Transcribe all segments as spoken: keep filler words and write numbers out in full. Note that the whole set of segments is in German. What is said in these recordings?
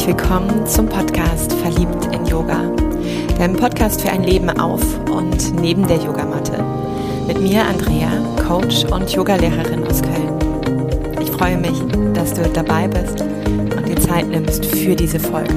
herzlich willkommen zum Podcast Verliebt in Yoga, deinem Podcast für ein Leben auf und neben der Yogamatte. Mit mir Andrea, Coach und Yogalehrerin aus Köln. Ich freue mich, dass du dabei bist und dir Zeit nimmst für diese Folge.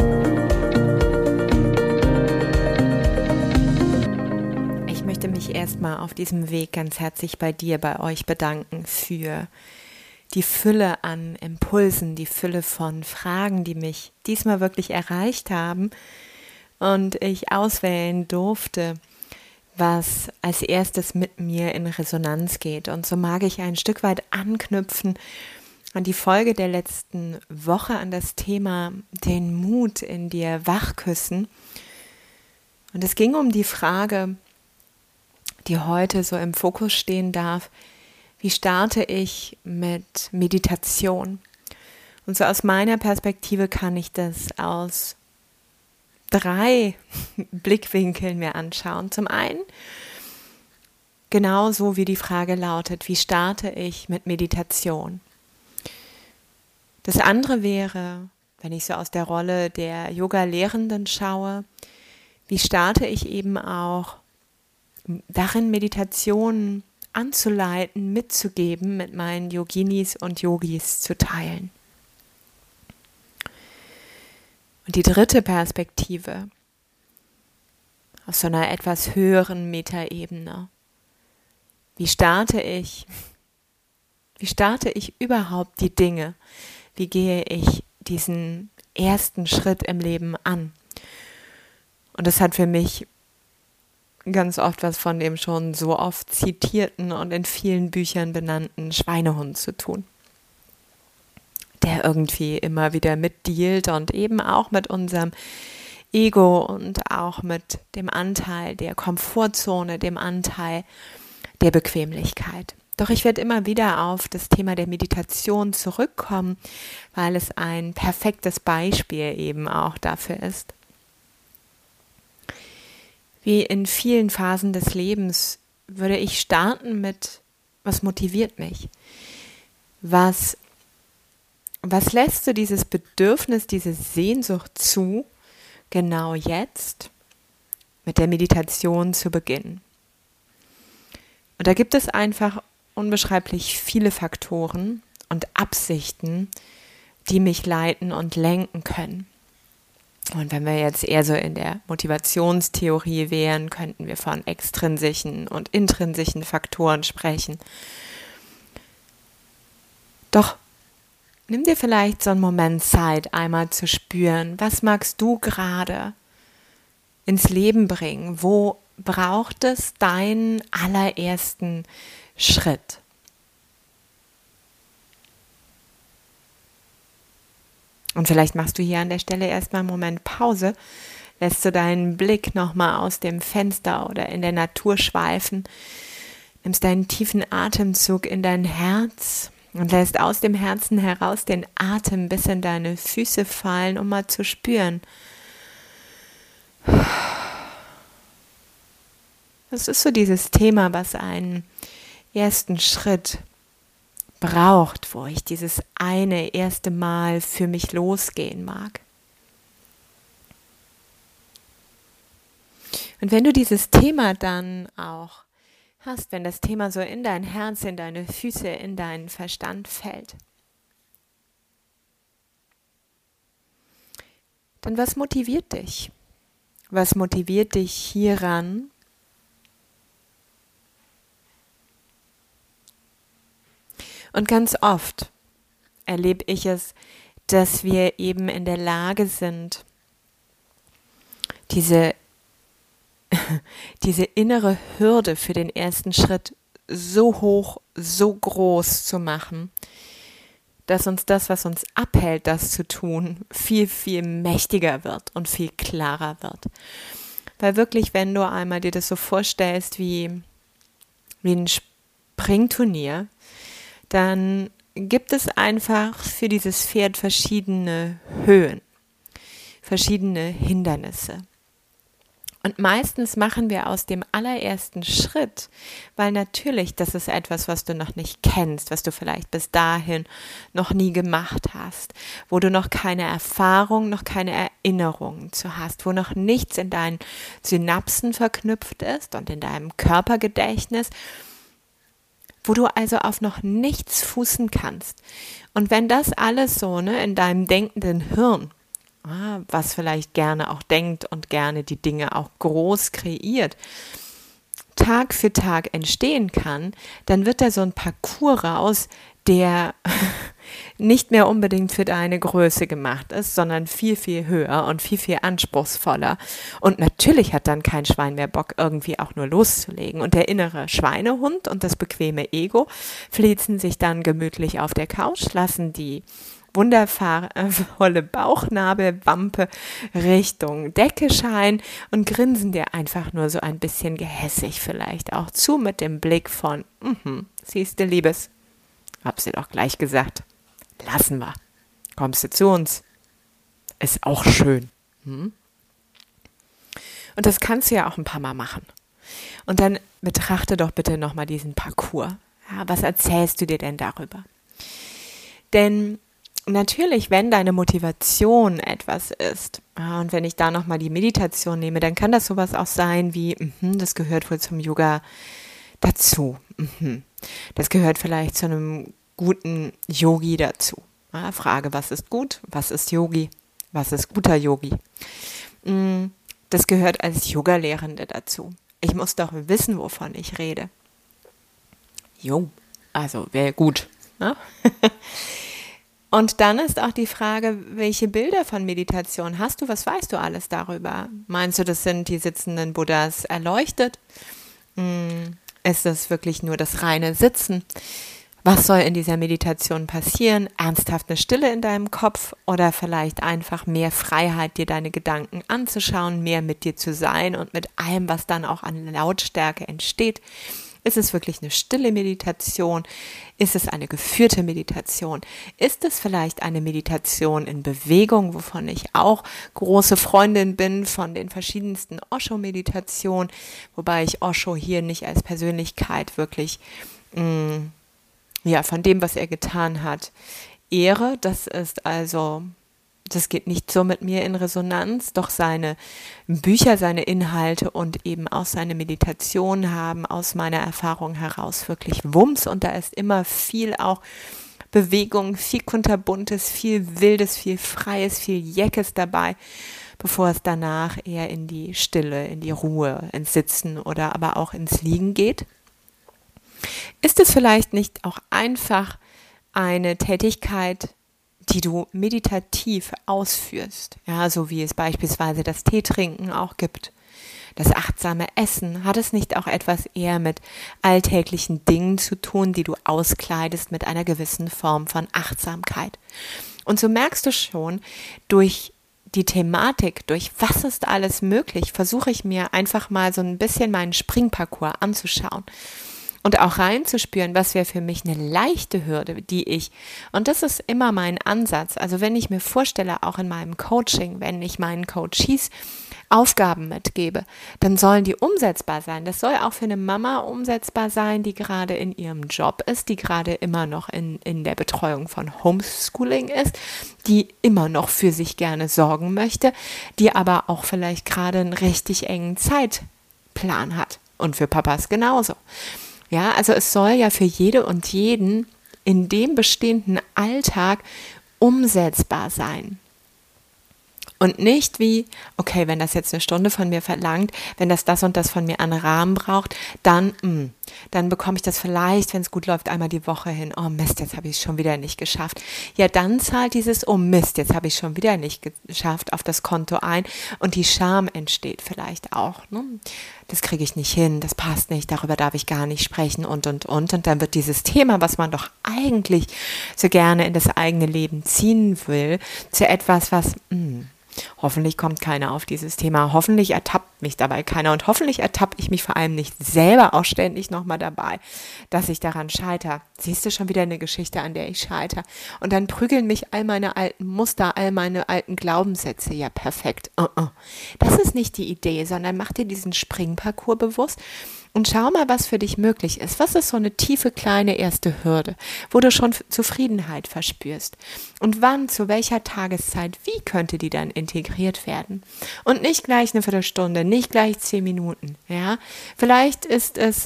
Ich möchte mich erstmal auf diesem Weg ganz herzlich bei dir, bei euch bedanken für die Fülle an Impulsen, die Fülle von Fragen, die mich diesmal wirklich erreicht haben und ich auswählen durfte, was als erstes mit mir in Resonanz geht. Und so mag ich ein Stück weit anknüpfen an die Folge der letzten Woche, an das Thema den Mut in dir wachküssen. Und es ging um die Frage, die heute so im Fokus stehen darf: Wie starte ich mit Meditation? Und so aus meiner Perspektive kann ich das aus drei Blickwinkeln mir anschauen. Zum einen, genauso wie die Frage lautet, wie starte ich mit Meditation? Das andere wäre, wenn ich so aus der Rolle der Yoga-Lehrenden schaue, wie starte ich eben auch darin, Meditationen anzuleiten, mitzugeben, mit meinen Yoginis und Yogis zu teilen. Und die dritte Perspektive, auf so einer etwas höheren Metaebene. Wie starte ich, wie starte ich überhaupt die Dinge? Wie gehe ich diesen ersten Schritt im Leben an? Und das hat für mich ganz oft was von dem schon so oft zitierten und in vielen Büchern benannten Schweinehund zu tun, der irgendwie immer wieder mitdealt und eben auch mit unserem Ego und auch mit dem Anteil der Komfortzone, dem Anteil der Bequemlichkeit. Doch ich werde immer wieder auf das Thema der Meditation zurückkommen, weil es ein perfektes Beispiel eben auch dafür ist. Wie in vielen Phasen des Lebens würde ich starten mit: Was motiviert mich? Was, was lässt du dieses Bedürfnis, diese Sehnsucht zu, genau jetzt mit der Meditation zu beginnen? Und da gibt es einfach unbeschreiblich viele Faktoren und Absichten, die mich leiten und lenken können. Und wenn wir jetzt eher so in der Motivationstheorie wären, könnten wir von extrinsischen und intrinsischen Faktoren sprechen. Doch nimm dir vielleicht so einen Moment Zeit, einmal zu spüren, was magst du gerade ins Leben bringen? Wo braucht es deinen allerersten Schritt? Und vielleicht machst du hier an der Stelle erstmal einen Moment Pause, lässt du deinen Blick nochmal aus dem Fenster oder in der Natur schweifen, nimmst deinen tiefen Atemzug in dein Herz und lässt aus dem Herzen heraus den Atem bis in deine Füße fallen, um mal zu spüren. Das ist so dieses Thema, was einen ersten Schritt braucht, wo ich dieses eine erste Mal für mich losgehen mag. Und wenn du dieses Thema dann auch hast, wenn das Thema so in dein Herz, in deine Füße, in deinen Verstand fällt, dann was motiviert dich? Was motiviert dich hieran? Und ganz oft erlebe ich es, dass wir eben in der Lage sind, diese, diese innere Hürde für den ersten Schritt so hoch, so groß zu machen, dass uns das, was uns abhält, das zu tun, viel, viel mächtiger wird und viel klarer wird. Weil wirklich, wenn du einmal dir das so vorstellst wie, wie ein Springturnier, dann gibt es einfach für dieses Pferd verschiedene Höhen, verschiedene Hindernisse. Und meistens machen wir aus dem allerersten Schritt, weil natürlich, das ist etwas, was du noch nicht kennst, was du vielleicht bis dahin noch nie gemacht hast, wo du noch keine Erfahrung, noch keine Erinnerungen zu hast, wo noch nichts in deinen Synapsen verknüpft ist und in deinem Körpergedächtnis, wo du also auf noch nichts fußen kannst. Und wenn das alles so ne, in deinem denkenden Hirn, was vielleicht gerne auch denkt und gerne die Dinge auch groß kreiert, Tag für Tag entstehen kann, dann wird da so ein Parcours raus, der nicht mehr unbedingt für deine Größe gemacht ist, sondern viel, viel höher und viel, viel anspruchsvoller. Und natürlich hat dann kein Schwein mehr Bock, irgendwie auch nur loszulegen. Und der innere Schweinehund und das bequeme Ego flitzen sich dann gemütlich auf der Couch, lassen die wundervolle Bauchnabelwampe Richtung Decke scheinen und grinsen dir einfach nur so ein bisschen gehässig vielleicht auch zu mit dem Blick von, mhm, siehst du, Liebes, hab's dir doch gleich gesagt, lassen wir, kommst du zu uns, ist auch schön. Hm? Und das kannst du ja auch ein paar Mal machen. Und dann betrachte doch bitte nochmal diesen Parcours. Ja, was erzählst du dir denn darüber? Denn natürlich, wenn deine Motivation etwas ist, und wenn ich da nochmal die Meditation nehme, dann kann das sowas auch sein wie, mh, das gehört wohl zum Yoga dazu. Mh. Das gehört vielleicht zu einem guten Yogi dazu. Ja, Frage, was ist gut? Was ist Yogi? Was ist guter Yogi? Das gehört als Yoga-Lehrende dazu. Ich muss doch wissen, wovon ich rede. Jo, also wäre gut. Ne? Und dann ist auch die Frage, welche Bilder von Meditation hast du? Was weißt du alles darüber? Meinst du, das sind die sitzenden Buddhas erleuchtet? Ist das wirklich nur das reine Sitzen? Was soll in dieser Meditation passieren? Ernsthaft eine Stille in deinem Kopf oder vielleicht einfach mehr Freiheit, dir deine Gedanken anzuschauen, mehr mit dir zu sein und mit allem, was dann auch an Lautstärke entsteht? Ist es wirklich eine stille Meditation? Ist es eine geführte Meditation? Ist es vielleicht eine Meditation in Bewegung, wovon ich auch große Freundin bin von den verschiedensten Osho-Meditationen, wobei ich Osho hier nicht als Persönlichkeit wirklich mh, ja, von dem, was er getan hat, ehre. Das ist also, das geht nicht so mit mir in Resonanz, doch seine Bücher, seine Inhalte und eben auch seine Meditation haben aus meiner Erfahrung heraus wirklich Wumms und da ist immer viel auch Bewegung, viel Kunterbuntes, viel Wildes, viel Freies, viel Jeckes dabei, bevor es danach eher in die Stille, in die Ruhe, ins Sitzen oder aber auch ins Liegen geht. Ist es vielleicht nicht auch einfach eine Tätigkeit, die du meditativ ausführst? Ja, so wie es beispielsweise das Teetrinken auch gibt. Das achtsame Essen, hat es nicht auch etwas eher mit alltäglichen Dingen zu tun, die du auskleidest mit einer gewissen Form von Achtsamkeit? Und so merkst du schon, durch die Thematik, durch was ist alles möglich, versuche ich mir einfach mal so ein bisschen meinen Springparcours anzuschauen. Und auch reinzuspüren, was wäre für mich eine leichte Hürde, die ich, und das ist immer mein Ansatz, also wenn ich mir vorstelle, auch in meinem Coaching, wenn ich meinen Coaches Aufgaben mitgebe, dann sollen die umsetzbar sein. Das soll auch für eine Mama umsetzbar sein, die gerade in ihrem Job ist, die gerade immer noch in, in der Betreuung von Homeschooling ist, die immer noch für sich gerne sorgen möchte, die aber auch vielleicht gerade einen richtig engen Zeitplan hat. Und für Papas genauso. Ja, also es soll ja für jede und jeden in dem bestehenden Alltag umsetzbar sein. Und nicht wie, okay, wenn das jetzt eine Stunde von mir verlangt, wenn das das und das von mir an Rahmen braucht, dann, mh, dann bekomme ich das vielleicht, wenn es gut läuft, einmal die Woche hin. Oh Mist, jetzt habe ich es schon wieder nicht geschafft. Ja, dann zahlt dieses, oh Mist, jetzt habe ich es schon wieder nicht geschafft, auf das Konto ein und die Scham entsteht vielleicht auch. Ne? Das kriege ich nicht hin, das passt nicht, darüber darf ich gar nicht sprechen und, und, und. Und dann wird dieses Thema, was man doch eigentlich so gerne in das eigene Leben ziehen will, zu etwas, was, mh, Hoffentlich kommt keiner auf dieses Thema. Hoffentlich ertappt mich dabei keiner. Und hoffentlich ertappe ich mich vor allem nicht selber auch ständig nochmal dabei, dass ich daran scheitere. Siehst du schon wieder eine Geschichte, an der ich scheitere. Und dann prügeln mich all meine alten Muster, all meine alten Glaubenssätze. Ja, perfekt. Uh-uh. Das ist nicht die Idee, sondern mach dir diesen Springparcours bewusst. Und schau mal, was für dich möglich ist. Was ist so eine tiefe, kleine erste Hürde, wo du schon Zufriedenheit verspürst? Und wann, zu welcher Tageszeit, wie könnte die dann integriert werden? Und nicht gleich eine Viertelstunde, nicht gleich zehn Minuten. Ja? Vielleicht ist es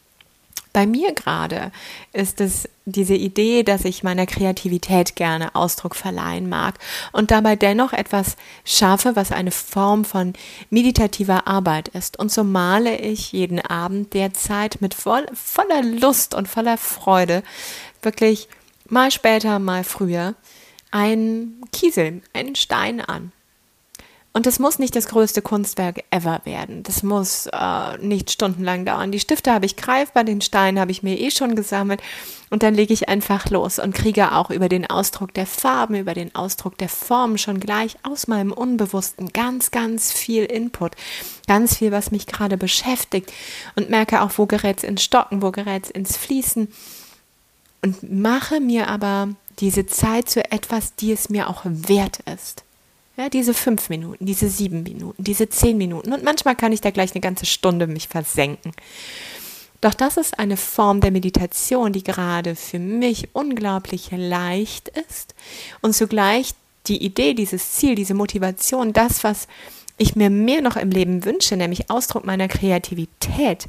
bei mir gerade, ist es diese Idee, dass ich meiner Kreativität gerne Ausdruck verleihen mag und dabei dennoch etwas schaffe, was eine Form von meditativer Arbeit ist. Und so male ich jeden Abend derzeit mit voll, voller Lust und voller Freude, wirklich mal später, mal früher, einen Kiesel, einen Stein an. Und das muss nicht das größte Kunstwerk ever werden. Das muss äh, nicht stundenlang dauern. Die Stifte habe ich greifbar, den Stein habe ich mir eh schon gesammelt. Und dann lege ich einfach los und kriege auch über den Ausdruck der Farben, über den Ausdruck der Formen schon gleich aus meinem Unbewussten ganz, ganz viel Input. Ganz viel, was mich gerade beschäftigt. Und merke auch, wo gerät es ins Stocken, wo gerät es ins Fließen. Und mache mir aber diese Zeit zu etwas, die es mir auch wert ist. Ja, diese fünf Minuten, diese sieben Minuten, diese zehn Minuten und manchmal kann ich da gleich eine ganze Stunde mich versenken. Doch das ist eine Form der Meditation, die gerade für mich unglaublich leicht ist und zugleich die Idee, dieses Ziel, diese Motivation, das, was ich mir mehr noch im Leben wünsche, nämlich Ausdruck meiner Kreativität,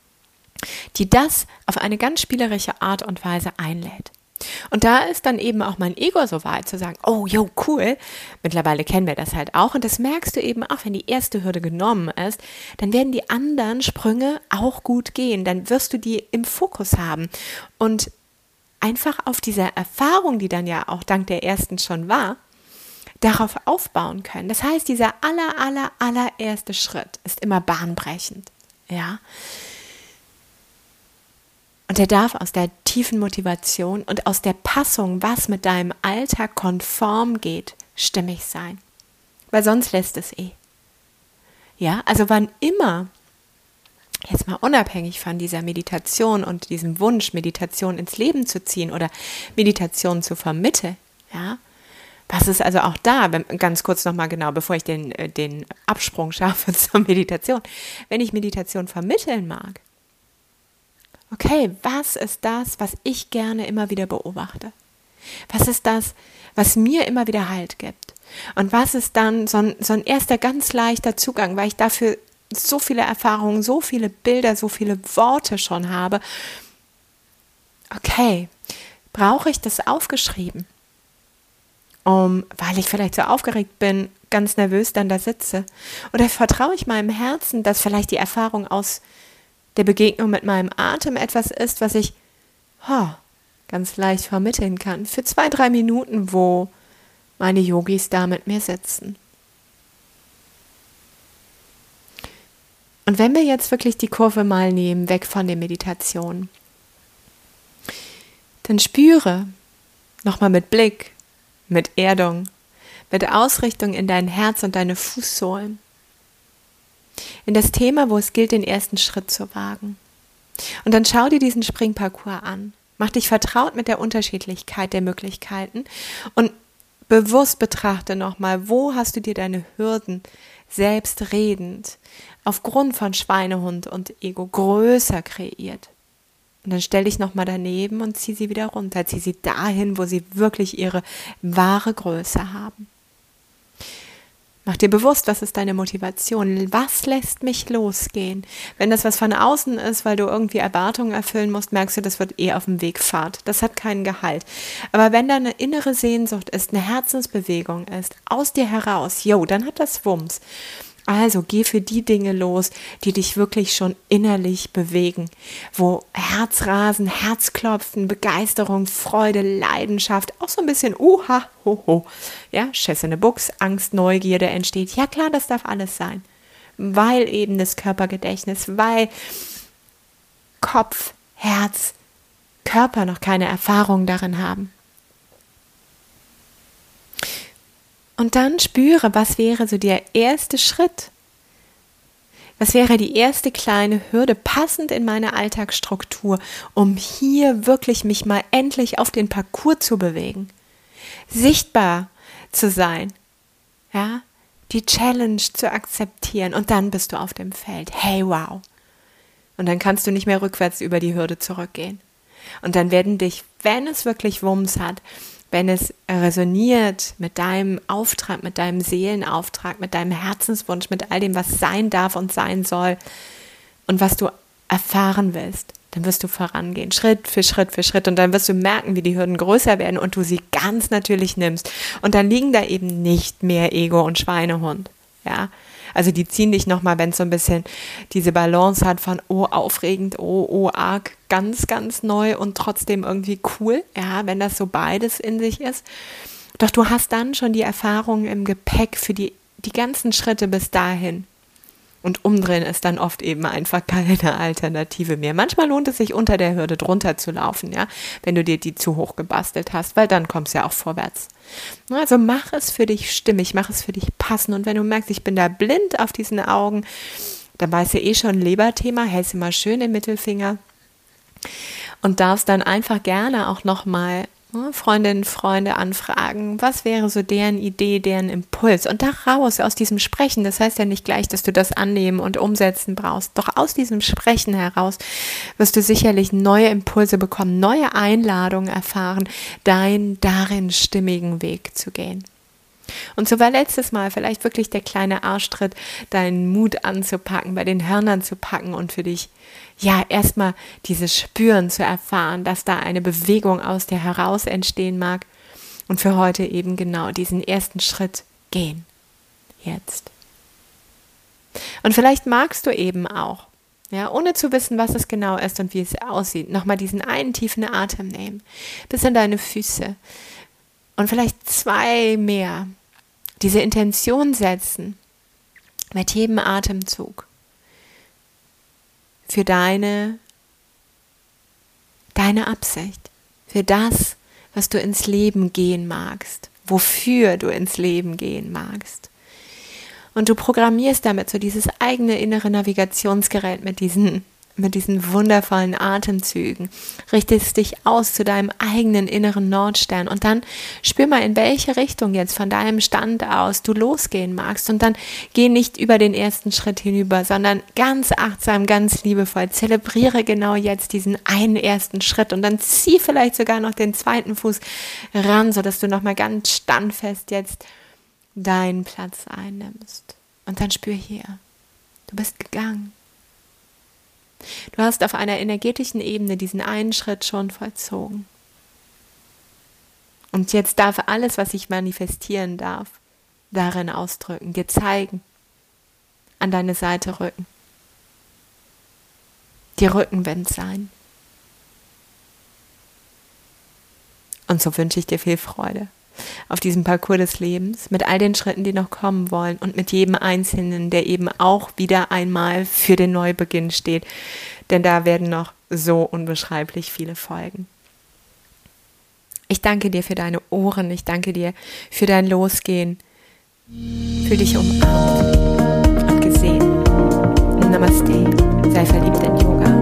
die das auf eine ganz spielerische Art und Weise einlädt. Und da ist dann eben auch mein Ego so weit zu sagen, oh, jo, cool, mittlerweile kennen wir das halt auch und das merkst du eben auch, wenn die erste Hürde genommen ist, dann werden die anderen Sprünge auch gut gehen, dann wirst du die im Fokus haben und einfach auf dieser Erfahrung, die dann ja auch dank der ersten schon war, darauf aufbauen können. Das heißt, dieser aller, aller, allererste Schritt ist immer bahnbrechend, ja. Und er darf aus der tiefen Motivation und aus der Passung, was mit deinem Alltag konform geht, stimmig sein. Weil sonst lässt es eh. Ja, also wann immer, jetzt mal unabhängig von dieser Meditation und diesem Wunsch, Meditation ins Leben zu ziehen oder Meditation zu vermitteln, ja, was ist also auch da, wenn, ganz kurz nochmal genau, bevor ich den, den Absprung schaffe zur Meditation, wenn ich Meditation vermitteln mag, okay, was ist das, was ich gerne immer wieder beobachte? Was ist das, was mir immer wieder Halt gibt? Und was ist dann so ein, so ein erster ganz leichter Zugang, weil ich dafür so viele Erfahrungen, so viele Bilder, so viele Worte schon habe. Okay, brauche ich das aufgeschrieben? Um, weil ich vielleicht so aufgeregt bin, ganz nervös dann da sitze? Oder vertraue ich meinem Herzen, dass vielleicht die Erfahrung aus der Begegnung mit meinem Atem etwas ist, was ich oh, ganz leicht vermitteln kann. Für zwei, drei Minuten, wo meine Yogis da mit mir sitzen. Und wenn wir jetzt wirklich die Kurve mal nehmen, weg von der Meditation, dann spüre nochmal mit Blick, mit Erdung, mit Ausrichtung in dein Herz und deine Fußsohlen. In das Thema, wo es gilt, den ersten Schritt zu wagen. Und dann schau dir diesen Springparcours an. Mach dich vertraut mit der Unterschiedlichkeit der Möglichkeiten und bewusst betrachte nochmal, wo hast du dir deine Hürden selbstredend aufgrund von Schweinehund und Ego größer kreiert. Und dann stell dich nochmal daneben und zieh sie wieder runter. Zieh sie dahin, wo sie wirklich ihre wahre Größe haben. Mach dir bewusst, was ist deine Motivation? Was lässt mich losgehen? Wenn das was von außen ist, weil du irgendwie Erwartungen erfüllen musst, merkst du, das wird eh auf dem Weg Fahrt. Das hat keinen Gehalt. Aber wenn da eine innere Sehnsucht ist, eine Herzensbewegung ist, aus dir heraus, jo, dann hat das Wumms. Also geh für die Dinge los, die dich wirklich schon innerlich bewegen, wo Herzrasen, Herzklopfen, Begeisterung, Freude, Leidenschaft, auch so ein bisschen uha, ho, ho, ja, Schiss in der Buchs, Angst, Neugierde entsteht. Ja klar, das darf alles sein, weil eben das Körpergedächtnis, weil Kopf, Herz, Körper noch keine Erfahrung darin haben. Und dann spüre, was wäre so der erste Schritt? Was wäre die erste kleine Hürde, passend in meine Alltagsstruktur, um hier wirklich mich mal endlich auf den Parcours zu bewegen? Sichtbar zu sein, ja, die Challenge zu akzeptieren und dann bist du auf dem Feld. Hey, wow. Und dann kannst du nicht mehr rückwärts über die Hürde zurückgehen. Und dann werden dich, wenn es wirklich Wumms hat, wenn es resoniert mit deinem Auftrag, mit deinem Seelenauftrag, mit deinem Herzenswunsch, mit all dem, was sein darf und sein soll und was du erfahren willst, dann wirst du vorangehen, Schritt für Schritt für Schritt und dann wirst du merken, wie die Hürden größer werden und du sie ganz natürlich nimmst. Und dann liegen da eben nicht mehr Ego und Schweinehund, ja. Also die ziehen dich nochmal, wenn es so ein bisschen diese Balance hat von oh, aufregend, oh, oh, arg, ganz, ganz neu und trotzdem irgendwie cool, ja, wenn das so beides in sich ist. Doch du hast dann schon die Erfahrung im Gepäck für die, die ganzen Schritte bis dahin. Und umdrehen ist dann oft eben einfach keine Alternative mehr. Manchmal lohnt es sich, unter der Hürde drunter zu laufen, ja, wenn du dir die zu hoch gebastelt hast, weil dann kommst du ja auch vorwärts. Also mach es für dich stimmig, mach es für dich passend. Und wenn du merkst, ich bin da blind auf diesen Augen, dann weißt du eh schon, Leberthema, hältst du mal schön den Mittelfinger und darfst dann einfach gerne auch nochmal Freundinnen, Freunde anfragen, was wäre so deren Idee, deren Impuls und da raus aus diesem Sprechen, das heißt ja nicht gleich, dass du das annehmen und umsetzen brauchst, doch aus diesem Sprechen heraus wirst du sicherlich neue Impulse bekommen, neue Einladungen erfahren, deinen darin stimmigen Weg zu gehen. Und so war letztes Mal vielleicht wirklich der kleine Arschtritt, deinen Mut anzupacken, bei den Hörnern zu packen und für dich, ja, erstmal dieses Spüren zu erfahren, dass da eine Bewegung aus dir heraus entstehen mag und für heute eben genau diesen ersten Schritt gehen. Jetzt. Und vielleicht magst du eben auch, ja, ohne zu wissen, was es genau ist und wie es aussieht, nochmal diesen einen tiefen Atem nehmen, bis in deine Füße. Und vielleicht zwei mehr, diese Intention setzen, mit jedem Atemzug, für deine, deine Absicht, für das, was du ins Leben gehen magst, wofür du ins Leben gehen magst. Und du programmierst damit so dieses eigene innere Navigationsgerät mit diesen mit diesen wundervollen Atemzügen, richtest dich aus zu deinem eigenen inneren Nordstern und dann spür mal, in welche Richtung jetzt von deinem Stand aus du losgehen magst und dann geh nicht über den ersten Schritt hinüber, sondern ganz achtsam, ganz liebevoll, zelebriere genau jetzt diesen einen ersten Schritt und dann zieh vielleicht sogar noch den zweiten Fuß ran, sodass du nochmal ganz standfest jetzt deinen Platz einnimmst und dann spür hier, du bist gegangen. Du hast auf einer energetischen Ebene diesen einen Schritt schon vollzogen. Und jetzt darf alles, was sich manifestieren darf, darin ausdrücken, dir zeigen, an deine Seite rücken, dir Rückenwind sein. Und so wünsche ich dir viel Freude auf diesem Parcours des Lebens, mit all den Schritten, die noch kommen wollen und mit jedem Einzelnen, der eben auch wieder einmal für den Neubeginn steht. Denn da werden noch so unbeschreiblich viele folgen. Ich danke dir für deine Ohren, ich danke dir für dein Losgehen. Fühl dich umarmt und gesehen. Namaste, sei verliebt in Yoga.